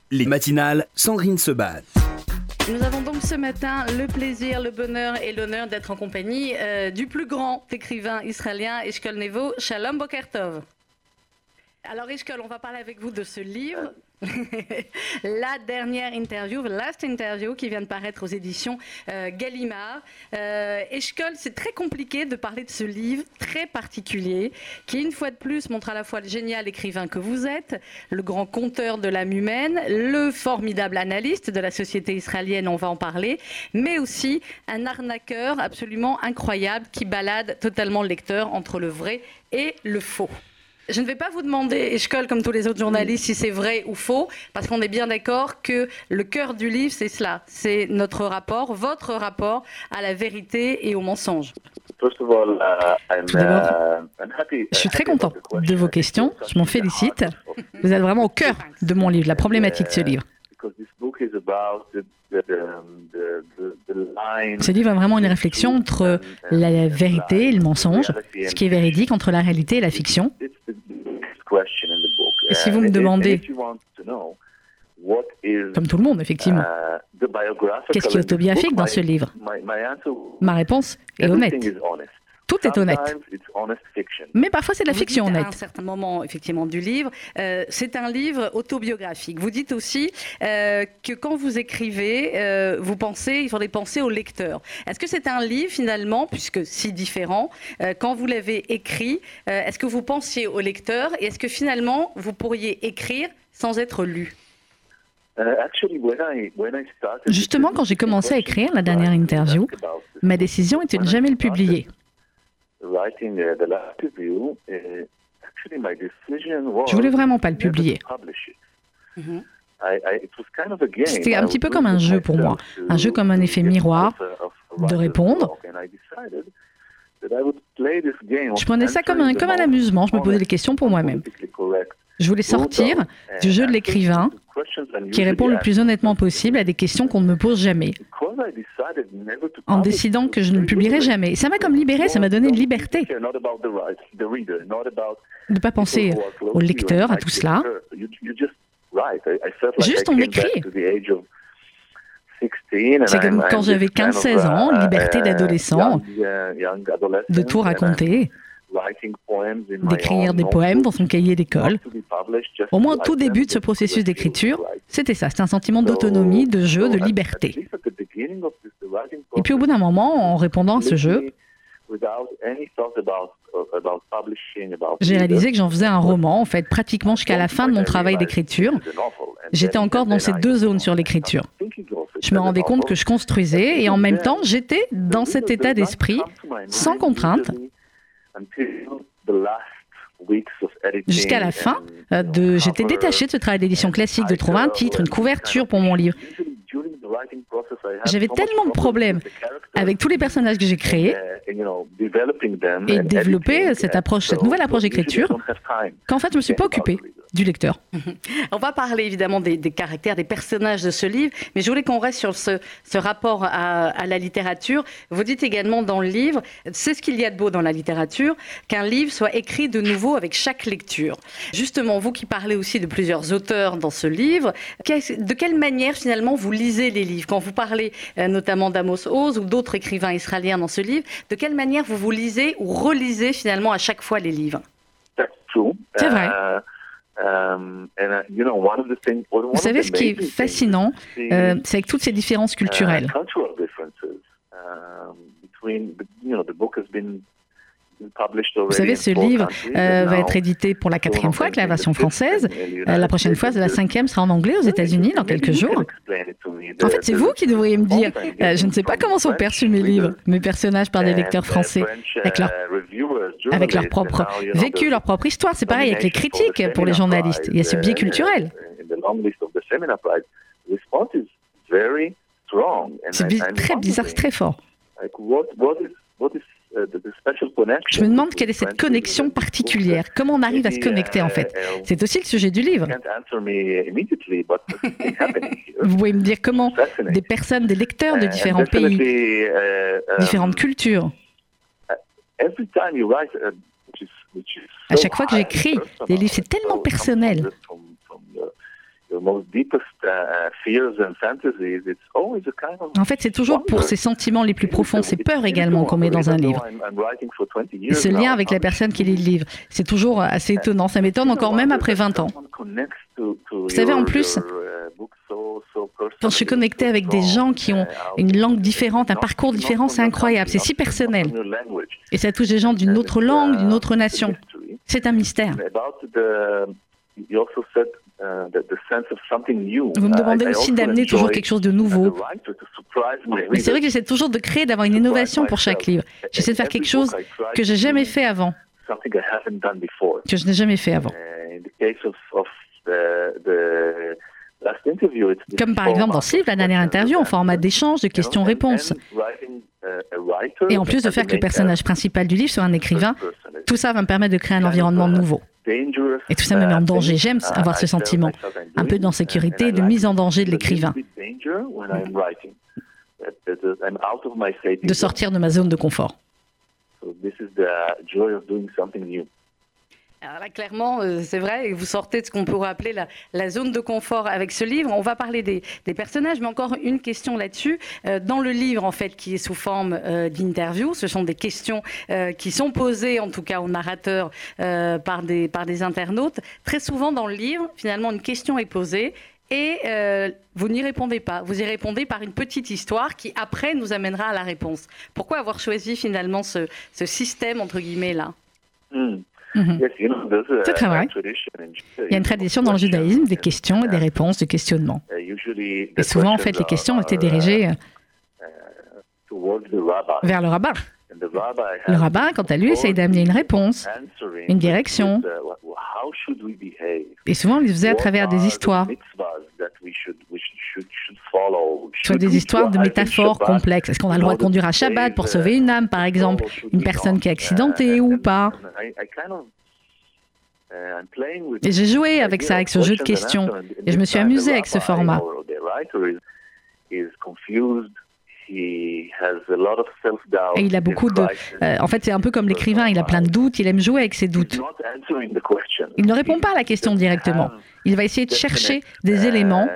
Les matinales, Sandrine Sebat. Nous avons donc ce matin le plaisir, le bonheur et l'honneur d'être en compagnie du plus grand écrivain israélien, Eshkol Nevo. Shalom Boker Tov. Alors Eshkol, on va parler avec vous de ce livre, la dernière interview, The Last Interview, qui vient de paraître aux éditions Gallimard. Eshkol, c'est très compliqué de parler de ce livre très particulier, qui une fois de plus montre à la fois le génial écrivain que vous êtes, le grand conteur de l'âme humaine, le formidable analyste de la société israélienne, on va en parler, mais aussi un arnaqueur absolument incroyable qui balade totalement le lecteur entre le vrai et le faux. Je ne vais pas vous demander, Eshkol, comme tous les autres journalistes, si c'est vrai ou faux, parce qu'on est bien d'accord que le cœur du livre, c'est cela. C'est notre rapport, votre rapport à la vérité et au mensonge. Tout d'abord, je suis très content de vos questions, je m'en félicite. Vous êtes vraiment au cœur de mon livre, la problématique de ce livre. Ce livre est vraiment une réflexion entre la vérité et le mensonge, ce qui est véridique, entre la réalité et la fiction. Et si vous me demandez, comme tout le monde effectivement, qu'est-ce qui est autobiographique dans ce livre, ma réponse est honnête. Tout est honnête. Mais parfois, c'est de la fiction honnête. À un certain moment, effectivement, du livre, c'est un livre autobiographique. Vous dites aussi que quand vous écrivez, il faudrait penser au lecteur. Est-ce que c'est un livre, finalement, puisque si différent, quand vous l'avez écrit, est-ce que vous pensiez au lecteur et est-ce que, finalement, vous pourriez écrire sans être lu ? Justement, quand j'ai commencé à écrire la dernière interview, ma décision était de ne jamais le publier. Je voulais vraiment pas le publier. C'était un petit peu comme un jeu pour moi, un jeu comme un effet miroir, de répondre. Je prenais ça comme un amusement, je me posais des questions pour moi-même. Je voulais sortir du jeu de l'écrivain qui répond le plus honnêtement possible à des questions qu'on ne me pose jamais, en décidant que je ne le publierai jamais. Et ça m'a comme libéré, ça m'a donné une liberté. De ne pas penser au lecteur, à tout cela. Juste on écrit. C'est comme quand j'avais 15-16 ans, liberté d'adolescent, de tout raconter, d'écrire des poèmes dans son cahier d'école. Au moins, tout début de ce processus d'écriture, c'était ça, c'était un sentiment d'autonomie, de jeu, de liberté. Et puis au bout d'un moment, en répondant à ce jeu, j'ai réalisé que j'en faisais un roman, en fait, pratiquement jusqu'à la fin de mon travail d'écriture. J'étais encore dans ces deux zones sur l'écriture. Je me rendais compte que je construisais et en même temps, j'étais dans cet état d'esprit, sans contrainte, jusqu'à la fin, j'étais détachée de ce travail d'édition classique, de trouver un titre, une couverture pour mon livre. J'avais tellement de problèmes avec tous les personnages que j'ai créés et développer cette nouvelle approche d'écriture qu'en fait je ne me suis pas occupée du lecteur. On va parler évidemment des caractères, des personnages de ce livre, mais je voulais qu'on reste sur ce rapport à la littérature. Vous dites également dans le livre, c'est ce qu'il y a de beau dans la littérature, qu'un livre soit écrit de nouveau avec chaque lecture. Justement, vous qui parlez aussi de plusieurs auteurs dans ce livre, de quelle manière finalement vous lisez les livres ? Quand vous parlez notamment d'Amos Oz ou d'autres écrivains israéliens dans ce livre, de quelle manière vous lisez ou relisez finalement à chaque fois les livres ? C'est vrai. Vous savez, ce qui est fascinant, c'est avec toutes ces différences culturelles. Vous savez, ce livre va être édité pour la 4e fois avec la version française. La prochaine fois, la 5e sera en anglais aux États-Unis dans quelques jours. En fait, c'est vous qui devriez me dire. Je ne sais pas comment sont perçus mes livres, mes personnages par des lecteurs français, avec leur propre vécu, leur propre histoire. C'est pareil avec les critiques pour les journalistes. Il y a ce biais culturel. C'est très bizarre, c'est très fort. Je me demande quelle est cette connexion particulière. Comment on arrive à se connecter en fait ? C'est aussi le sujet du livre. Vous pouvez me dire comment des personnes, des lecteurs de différents pays, différentes cultures, à chaque fois que j'écris des livres, c'est tellement personnel. En fait, c'est toujours pour ses sentiments les plus profonds, ses peurs également qu'on met dans un livre. Et ce lien avec la personne qui lit le livre, c'est toujours assez étonnant. Ça m'étonne encore même après 20 ans. Vous savez, en plus, quand je suis connectée avec des gens qui ont une langue différente, un parcours différent, c'est incroyable, c'est si personnel. Et ça touche des gens d'une autre langue, d'une autre nation. C'est un mystère. Vous me demandez aussi d'amener toujours quelque chose de nouveau. Mais c'est vrai que j'essaie toujours de créer, d'avoir une innovation pour chaque livre. J'essaie de faire quelque chose que je n'ai jamais fait avant. Comme par exemple dans ce livre, la dernière interview en format d'échange, de questions-réponses. Et en plus de faire que le personnage principal du livre soit un écrivain, tout ça va me permettre de créer un environnement nouveau. Et tout ça me met en danger. J'aime avoir ce sentiment, un peu d'insécurité, de mise en danger de l'écrivain. De sortir de ma zone de confort. Alors là, clairement, c'est vrai, vous sortez de ce qu'on pourrait appeler la zone de confort avec ce livre. On va parler des personnages, mais encore une question là-dessus. Dans le livre, en fait, qui est sous forme d'interview, ce sont des questions qui sont posées, en tout cas au narrateur, par des internautes. Très souvent, dans le livre, finalement, une question est posée et vous n'y répondez pas. Vous y répondez par une petite histoire qui, après, nous amènera à la réponse. Pourquoi avoir choisi, finalement, ce système, entre guillemets, là C'est très vrai. Il y a une tradition dans le judaïsme des questions et des réponses, des questionnements. Et souvent, en fait, les questions étaient dirigées vers le rabbin. Le rabbin, quant à lui, essaye d'amener une réponse, une direction. Et souvent, il le faisait à travers des histoires. Soit des histoires de métaphores complexes. Est-ce qu'on a le droit de conduire à Shabbat pour sauver une âme, par exemple, une personne qui est accidentée ou pas? Et j'ai joué avec ça, avec ce jeu de questions. Et je me suis amusée avec ce format. Et il a beaucoup de... en fait, c'est un peu comme l'écrivain, il a plein de doutes, il aime jouer avec ses doutes. Il ne répond pas à la question directement. Il va essayer de chercher des éléments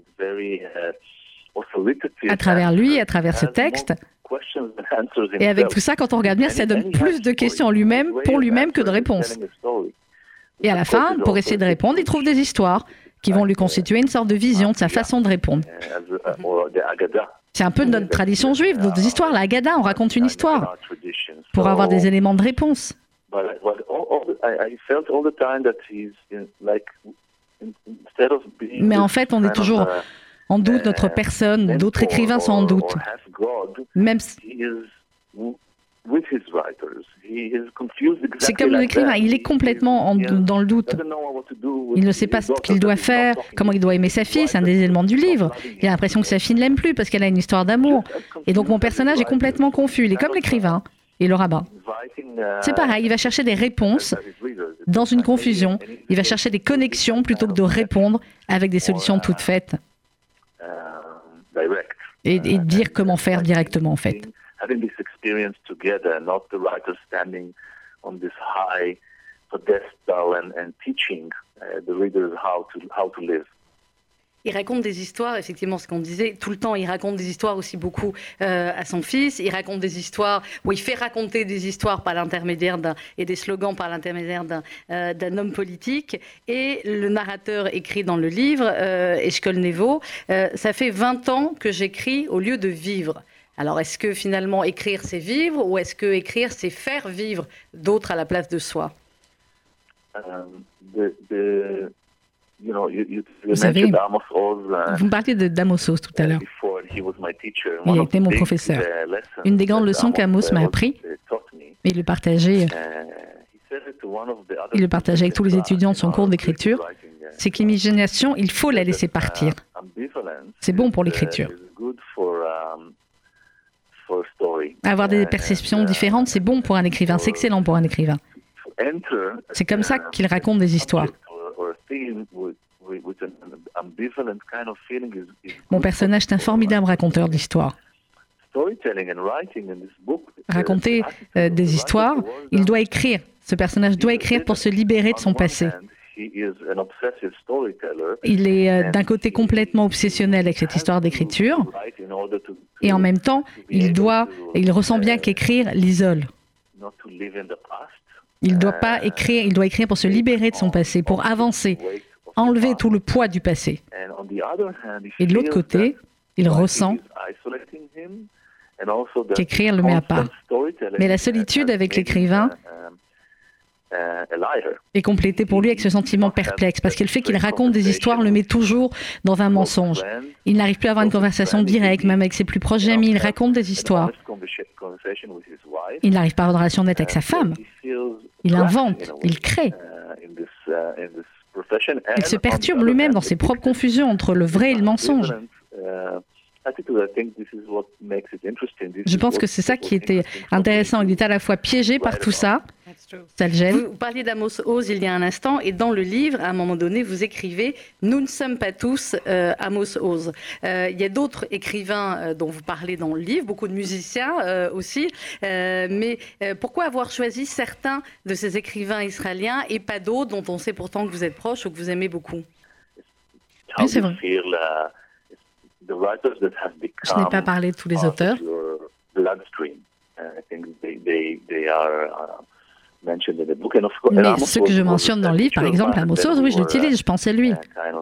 à travers lui, à travers ce texte. Et avec tout ça, quand on regarde bien, ça donne plus de questions lui-même, pour lui-même que de réponses. Et à la fin, pour essayer de répondre, il trouve des histoires qui vont lui constituer une sorte de vision de sa façon de répondre. C'est un peu de notre tradition juive, nos histoires. La Haggadah, on raconte une histoire pour avoir des éléments de réponse. Mais en fait, on est toujours en doute, notre personne, d'autres écrivains sont en doute. Même c'est comme l'écrivain, il est complètement dans le doute. Il ne sait pas ce qu'il doit faire, comment il doit aimer sa fille, c'est un des éléments du livre. Il a l'impression que sa fille ne l'aime plus parce qu'elle a une histoire d'amour. Et donc mon personnage est complètement confus, il est comme l'écrivain et le rabbin. C'est pareil, il va chercher des réponses dans une confusion. Il va chercher des connexions plutôt que de répondre avec des solutions toutes faites. Et dire comment faire directement en fait. Having this experience together, not the writer standing on this high pedestal and teaching the readers how to live. Il raconte des histoires, effectivement, ce qu'on disait, tout le temps, il raconte des histoires aussi beaucoup à son fils, il raconte des histoires, où il fait raconter des histoires par l'intermédiaire et des slogans par l'intermédiaire d'un homme politique, et le narrateur écrit dans le livre, Eshkol Nevo, ça fait 20 ans que j'écris au lieu de vivre. Alors, est-ce que finalement écrire, c'est vivre, ou est-ce que écrire, c'est faire vivre d'autres à la place de soi? Vous savez, vous me parliez d'Amos Oz tout à l'heure. Il était mon professeur. Une des grandes leçons qu'Amos m'a appris, et il le partageait avec tous les étudiants de son cours d'écriture, c'est que l'imagination, il faut la laisser partir. C'est bon pour l'écriture. Avoir des perceptions différentes, c'est bon pour un écrivain, c'est excellent pour un écrivain. C'est comme ça qu'il raconte des histoires. Mon personnage est un formidable raconteur d'histoires. Raconter des histoires, il doit écrire. Ce personnage doit écrire pour se libérer de son passé. Il est d'un côté complètement obsessionnel avec cette histoire d'écriture, et en même temps, il ressent bien qu'écrire l'isole. Il ne doit pas écrire, il doit écrire pour se libérer de son passé, pour avancer, enlever tout le poids du passé. Et de l'autre côté, il ressent qu'écrire le met à part. Mais la solitude avec l'écrivain est complétée pour lui avec ce sentiment perplexe, parce que le fait qu'il raconte des histoires le met toujours dans un mensonge. Il n'arrive plus à avoir une conversation directe, même avec ses plus proches amis, il raconte des histoires. Il n'arrive pas à avoir une relation nette avec sa femme. Il invente, il crée. Il se perturbe lui-même dans ses propres confusions entre le vrai et le mensonge. Je pense que c'est ça qui était intéressant. Il était à la fois piégé par tout ça, ça le gêne. Vous parliez d'Amos Oz il y a un instant, et dans le livre, à un moment donné, vous écrivez « Nous ne sommes pas tous Amos Oz ». Il y a d'autres écrivains dont vous parlez dans le livre, beaucoup de musiciens aussi, mais pourquoi avoir choisi certains de ces écrivains israéliens et pas d'autres dont on sait pourtant que vous êtes proche ou que vous aimez beaucoup? Oui, c'est vrai. Je n'ai pas parlé de tous les auteurs. Mais ceux que je mentionne dans le livre, par exemple, Amos Oz, oui, je l'utilise, je pense à lui.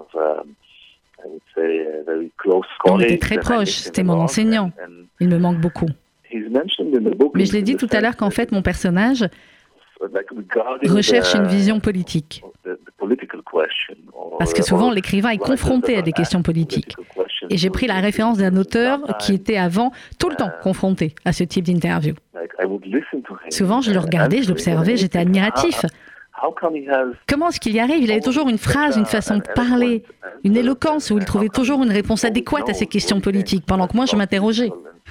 On était très proches, c'était mon enseignant. Il me manque beaucoup. Mais je l'ai dit tout à l'heure qu'en fait, mon personnage recherche une vision politique. Parce que souvent, l'écrivain est confronté à des questions politiques. Et j'ai pris la référence d'un auteur qui était avant tout le temps confronté à ce type d'interview. Souvent, je le regardais, je l'observais, j'étais admiratif. Comment est-ce qu'il y arrive? Il avait toujours une phrase, une façon de parler, une éloquence où il trouvait toujours une réponse adéquate à ces questions politiques, pendant que moi, je m'interrogeais.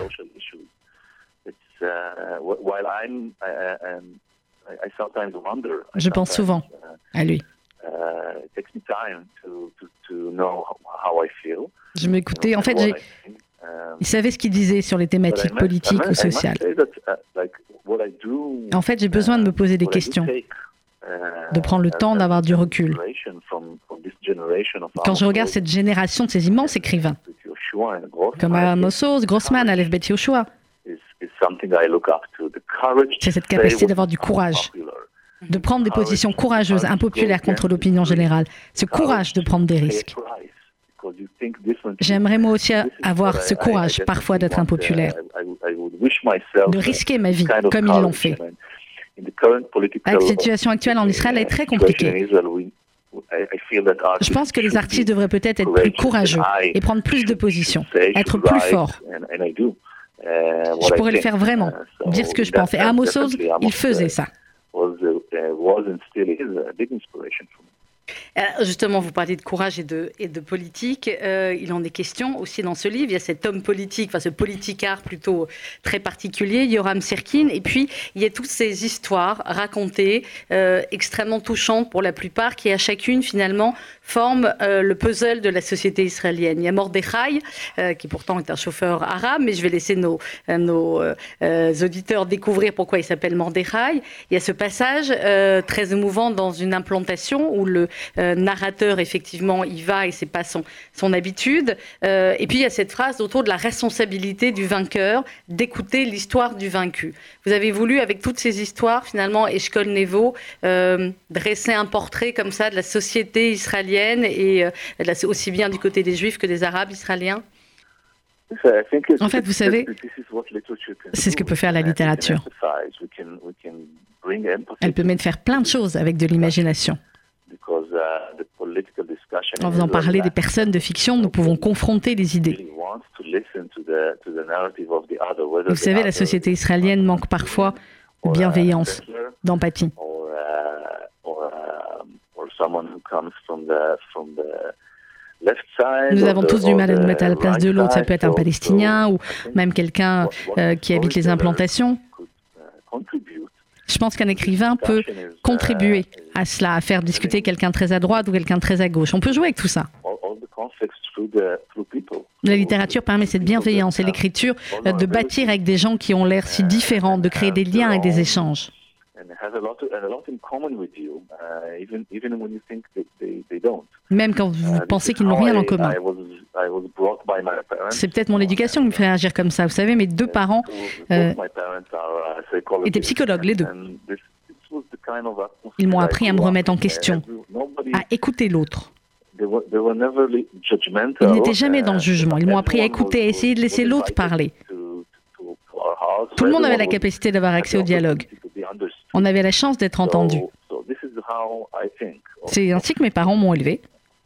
Je pense souvent à lui. Je m'écoutais. En fait, il savait ce qu'il disait sur les thématiques politiques ou sociales. En fait, j'ai besoin de me poser des questions, de prendre le temps d'avoir du recul. Quand je regarde cette génération de ces immenses écrivains, comme Amos Oz, Grossman, Aleph Bet Yoshua, c'est cette capacité d'avoir du courage, de prendre des positions courageuses, impopulaires contre l'opinion générale, ce courage de prendre des risques. J'aimerais moi aussi avoir ce courage, parfois d'être impopulaire, de risquer ma vie, comme ils l'ont fait. La situation actuelle en Israël est très compliquée. Je pense que les artistes devraient peut-être être plus courageux et prendre plus de positions, être plus forts. Je pourrais le faire vraiment, dire ce que je pense. Et Amos Oz, il faisait ça. Justement, vous parlez de courage et de politique. Il en est question aussi dans ce livre. Il y a cet homme politique, enfin ce politicard plutôt très particulier, Yoram Sirkin. Et puis, il y a toutes ces histoires racontées, extrêmement touchantes pour la plupart, qui à chacune, finalement, forment le puzzle de la société israélienne. Il y a Mordechai, qui pourtant est un chauffeur arabe, mais je vais laisser nos auditeurs découvrir pourquoi il s'appelle Mordechai. Il y a ce passage très émouvant dans une implantation où le narrateur, effectivement, y va et c'est pas son habitude. Et puis, il y a cette phrase autour de la responsabilité du vainqueur d'écouter l'histoire du vaincu. Vous avez voulu, avec toutes ces histoires, finalement, Eshkol Nevo, dresser un portrait comme ça de la société israélienne et aussi bien du côté des Juifs que des Arabes israéliens? En fait, vous savez, c'est ce que peut faire la littérature. Elle permet de faire plein de choses avec de l'imagination. En faisant parler des personnes de fiction, nous pouvons confronter les idées. Vous savez, la société israélienne manque parfois de bienveillance, d'empathie. Nous avons tous du mal à nous mettre à la place de l'autre. Ça peut être un Palestinien ou même quelqu'un qui habite les implantations. Je pense qu'un écrivain peut contribuer à cela, à faire discuter quelqu'un très à droite ou quelqu'un très à gauche. On peut jouer avec tout ça. La littérature permet cette bienveillance et l'écriture de bâtir avec des gens qui ont l'air si différents, de créer des liens et des échanges. and it has a lot in common with you, even when you think they don't. Même quand vous pensez qu'ils n'ont rien en commun. I was brought by my parents. C'est peut-être mon éducation qui me fait réagir comme ça. Vous savez, mes deux parents étaient psychologues, les deux. Ils m'ont appris à me remettre en question, à écouter l'autre. Ils n'étaient jamais dans le jugement. Ils m'ont appris à écouter, à essayer de laisser l'autre parler. Tout le monde avait la capacité d'avoir accès au dialogue. On avait la chance d'être entendu. C'est ainsi que mes parents m'ont élevé.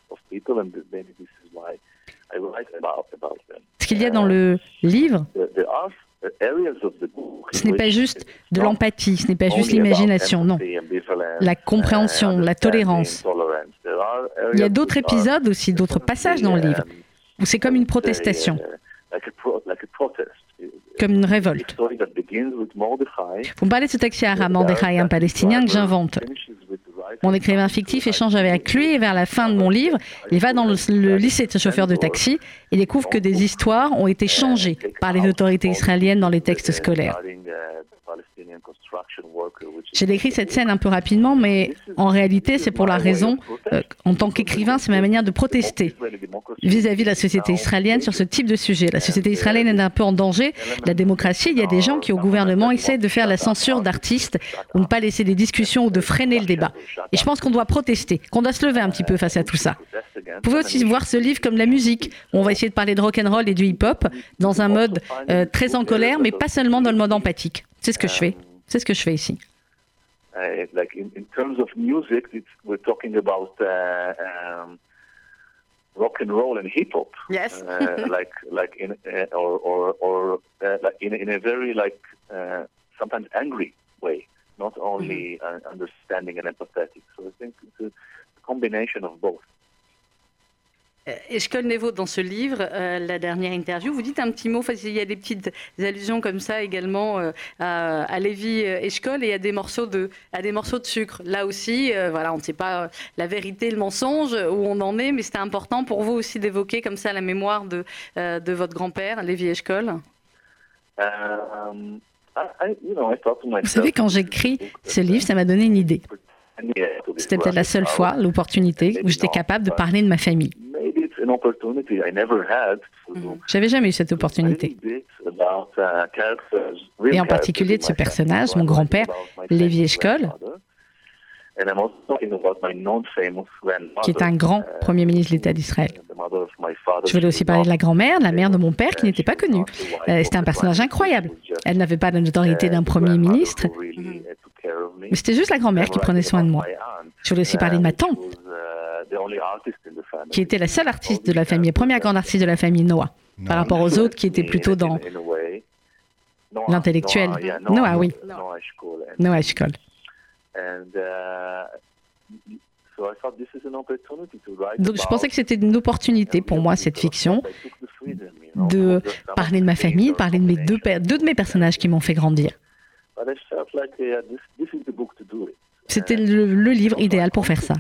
Ce qu'il y a dans le livre, ce n'est pas juste de l'empathie, ce n'est pas juste l'imagination, non. La compréhension, la tolérance. Il y a d'autres épisodes aussi, d'autres passages dans le livre, où c'est comme une protestation, comme une révolte. Vous me parlez de ce texte à Mordechai, un Palestinien que j'invente. Mon écrivain fictif échange avec lui et vers la fin de mon livre, il va dans le lycée de ce chauffeur de taxi et découvre que des histoires ont été changées par les autorités israéliennes dans les textes scolaires. J'ai décrit cette scène un peu rapidement, mais en réalité, c'est pour la raison, en tant qu'écrivain, c'est ma manière de protester vis-à-vis de la société israélienne sur ce type de sujet. La société israélienne est un peu en danger. La démocratie, il y a des gens qui, au gouvernement, essaient de faire la censure d'artistes ou ne pas laisser des discussions ou de freiner le débat. Et je pense qu'on doit protester, qu'on doit se lever un petit peu face à tout ça. Vous pouvez aussi voir ce livre comme la musique, où on va essayer de parler de rock'n'roll et du hip-hop dans un mode très en colère, mais pas seulement dans le mode empathique. C'est ce que je fais. C'est ce que je fais ici. Like in terms of music, we're talking about rock and roll and hip hop. Yes. like in a very sometimes angry way, not only understanding and empathetic. So I think it's a combination of both. Eshkol Nevo, dans ce livre, la dernière interview, vous dites un petit mot, il y a des petites allusions comme ça également à Lévi Eshkol et à des morceaux de sucre. Là aussi, voilà, on ne sait pas la vérité, le mensonge, où on en est, mais c'était important pour vous aussi d'évoquer comme ça la mémoire de votre grand-père, Lévi Eshkol. Vous savez, quand j'écris ce livre, ça m'a donné une idée. C'était peut-être la seule fois, l'opportunité, où j'étais capable de parler de ma famille. J'avais jamais eu cette opportunité. Et en particulier de ce personnage, mon grand-père, Lévi Eshkol, qui est un grand Premier ministre de l'État d'Israël. Je voulais aussi parler de la grand-mère, la mère de mon père, qui n'était pas connue. C'était un personnage incroyable. Elle n'avait pas la notoriété d'un Premier ministre, mais c'était juste la grand-mère qui prenait soin de moi. Je voulais aussi parler de ma tante, qui était la seule artiste de la famille, la première grande artiste de la famille Noah, par rapport aux autres qui étaient plutôt dans l'intellectuel. Noah, oui. Noah Eshkol. Donc je pensais que c'était une opportunité pour moi, cette fiction, de parler de ma famille, de parler de mes deux de mes personnages qui m'ont fait grandir. C'était le livre idéal pour faire ça.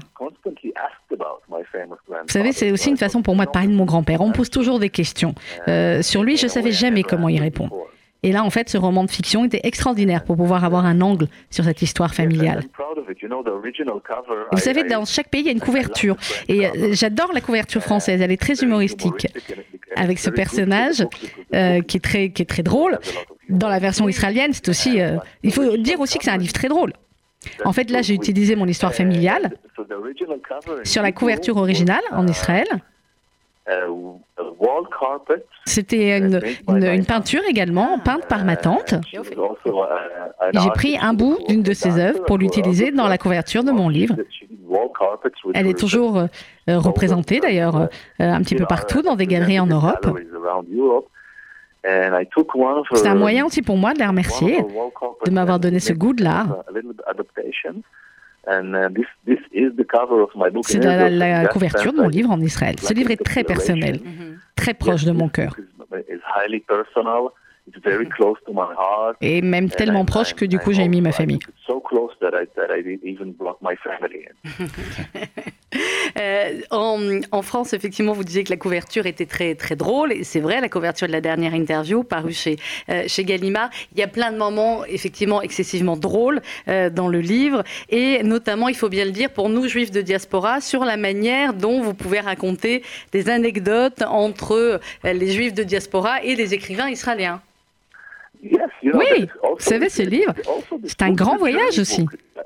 Vous savez, c'est aussi une façon pour moi de parler de mon grand-père. On me pose toujours des questions. Sur lui, je ne savais jamais comment y répondre. Et là, en fait, ce roman de fiction était extraordinaire pour pouvoir avoir un angle sur cette histoire familiale. Et vous savez, dans chaque pays, il y a une couverture. Et j'adore la couverture française. Elle est très humoristique. Avec ce personnage qui est très drôle. Dans la version israélienne, c'est aussi... il faut dire aussi que c'est un livre très drôle. En fait, là, j'ai utilisé mon histoire familiale sur la couverture originale en Israël. C'était une peinture également, peinte par ma tante. J'ai pris un bout d'une de ses œuvres pour l'utiliser dans la couverture de mon livre. Elle est toujours représentée d'ailleurs un petit peu partout dans des galeries en Europe. C'est un moyen aussi pour moi de les remercier, de m'avoir donné ce goût de l'art. C'est la couverture de mon livre en Israël. Ce livre est très personnel, très proche de mon cœur. Et même tellement proche que du coup j'ai mis ma famille. En France, effectivement, vous disiez que la couverture était très, très drôle. Et c'est vrai, la couverture de la dernière interview parue chez Gallimard. Il y a plein de moments, effectivement, excessivement drôles dans le livre. Et notamment, il faut bien le dire, pour nous, juifs de diaspora, sur la manière dont vous pouvez raconter des anecdotes entre les juifs de diaspora et les écrivains israéliens. Oui, vous savez, ce livre, c'est un grand voyage aussi.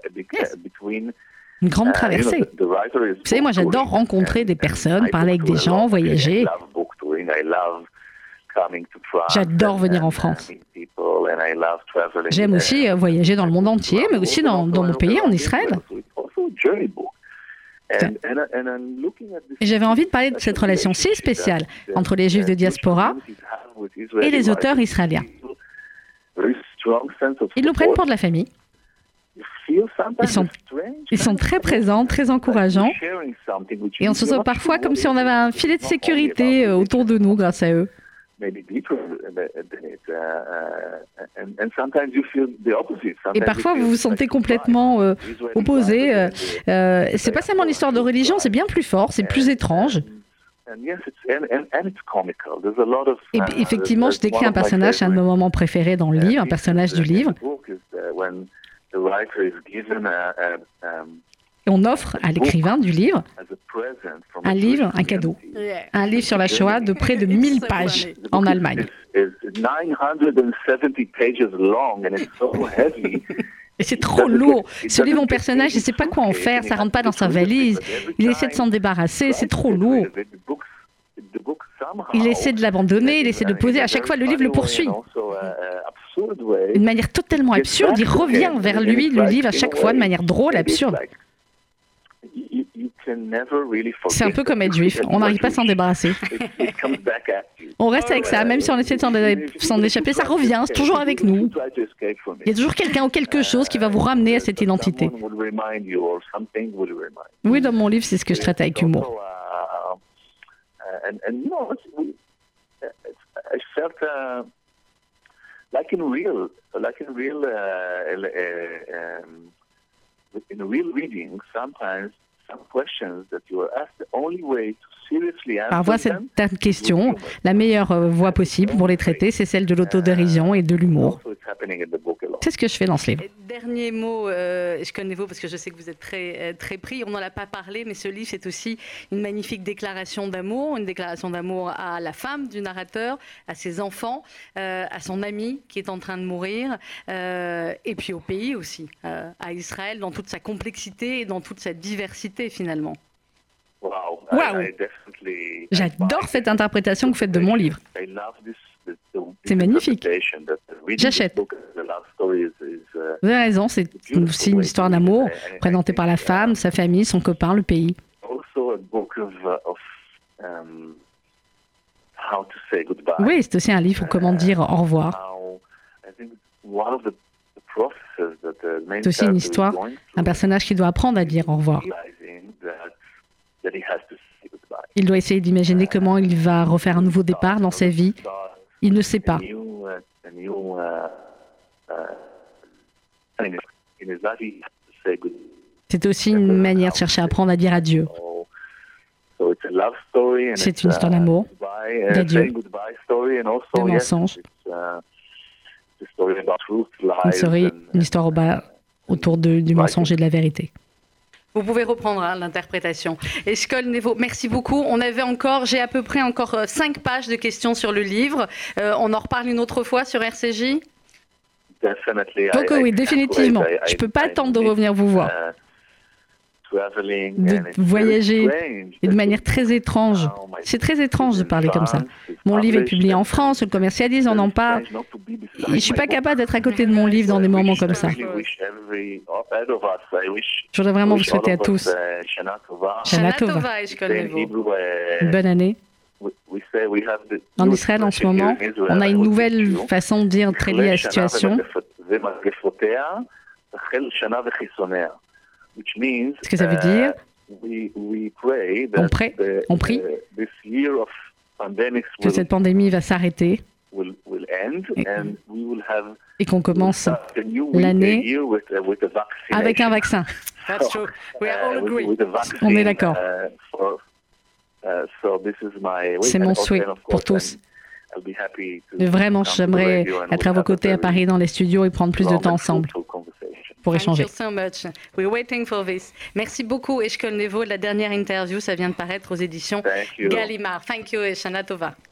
Une grande traversée. Vous savez, moi, j'adore rencontrer des personnes, parler avec des gens, voyager. J'adore venir en France. J'aime aussi voyager dans le monde entier, mais aussi dans mon pays, en Israël. Et j'avais envie de parler de cette relation si spéciale entre les Juifs de diaspora et les auteurs israéliens. Ils nous prennent pour de la famille. Ils sont très présents, très encourageants. Et on se sent parfois comme si on avait un filet de sécurité autour de nous grâce à eux. Et parfois, vous vous sentez complètement opposé. C'est pas seulement l'histoire de religion, c'est bien plus fort, c'est plus étrange. Et effectivement, je décris un personnage, c'est un de mes moments préférés dans le livre, un personnage du livre. Et on offre à l'écrivain du livre un livre, un cadeau. Un livre sur la Shoah de près de 1000 pages en Allemagne. Et c'est trop lourd. Ce livre, mon personnage, il ne sait pas quoi en faire, ça ne rentre pas dans sa valise. Il essaie de s'en débarrasser, c'est trop lourd. Il essaie de l'abandonner, il essaie de le poser. À chaque fois, le livre le poursuit. D'une manière totalement absurde, il revient vers lui, le livre, à chaque fois, de manière drôle, absurde. C'est un peu comme être juif, on n'arrive pas à s'en débarrasser. On reste avec ça, même si on essaie de s'en échapper, ça revient, c'est toujours avec nous. Il y a toujours quelqu'un ou quelque chose qui va vous ramener à cette identité. Oui, dans mon livre, c'est ce que je traite avec humour. Parfois, cette question, la meilleure voie possible pour les traiter, c'est celle de l'autodérision et de l'humour. C'est ce que je fais dans ce livre. Dernier mot, je connais vous parce que je sais que vous êtes très, très pris. On n'en a pas parlé, mais ce livre, c'est aussi une magnifique déclaration d'amour, une déclaration d'amour à la femme du narrateur, à ses enfants, à son ami qui est en train de mourir, et puis au pays aussi, à Israël, dans toute sa complexité et dans toute sa diversité finalement. Waouh! J'adore cette interprétation que vous faites de mon livre. C'est magnifique. J'achète. Vous avez raison, c'est aussi une histoire d'amour présentée par la femme, sa famille, son copain, le pays. Oui, c'est aussi un livre comment dire au revoir. C'est aussi une histoire, un personnage qui doit apprendre à dire au revoir. Il doit essayer d'imaginer comment il va refaire un nouveau départ dans sa vie. Il ne sait pas. C'est aussi une manière de chercher à apprendre à dire adieu. C'est une histoire d'amour, d'adieu, de mensonge. Une histoire autour du mensonge et de la vérité. Vous pouvez reprendre l'interprétation. Eshkol Nevo, merci beaucoup. J'ai à peu près encore 5 pages de questions sur le livre. On en reparle une autre fois sur RCJ ? Donc oui, définitivement. Je ne peux pas attendre de revenir vous voir. De voyager et de manière très étrange. C'est très étrange de parler comme ça. Mon livre est publié en France, on le commercialise, on en parle. Et je ne suis pas capable d'être à côté de mon livre dans des moments comme ça. Je voudrais vraiment vous souhaiter à tous Shana Tova, une bonne année. En Israël, en ce moment, on a une nouvelle façon de dire très liée à la situation. Ce que ça veut dire, on prie que cette pandémie va s'arrêter et qu'on commence l'année avec un vaccin. That's true. We are all agree. On est d'accord. C'est mon souhait pour tous. Vraiment, j'aimerais être à vos côtés à Paris dans les studios et prendre plus de temps ensemble pour échanger. Thank you so much. We're waiting for this. Merci beaucoup, Eshkol Nevo. La dernière interview, ça vient de paraître aux éditions Gallimard. Thank you, et Shana Tova.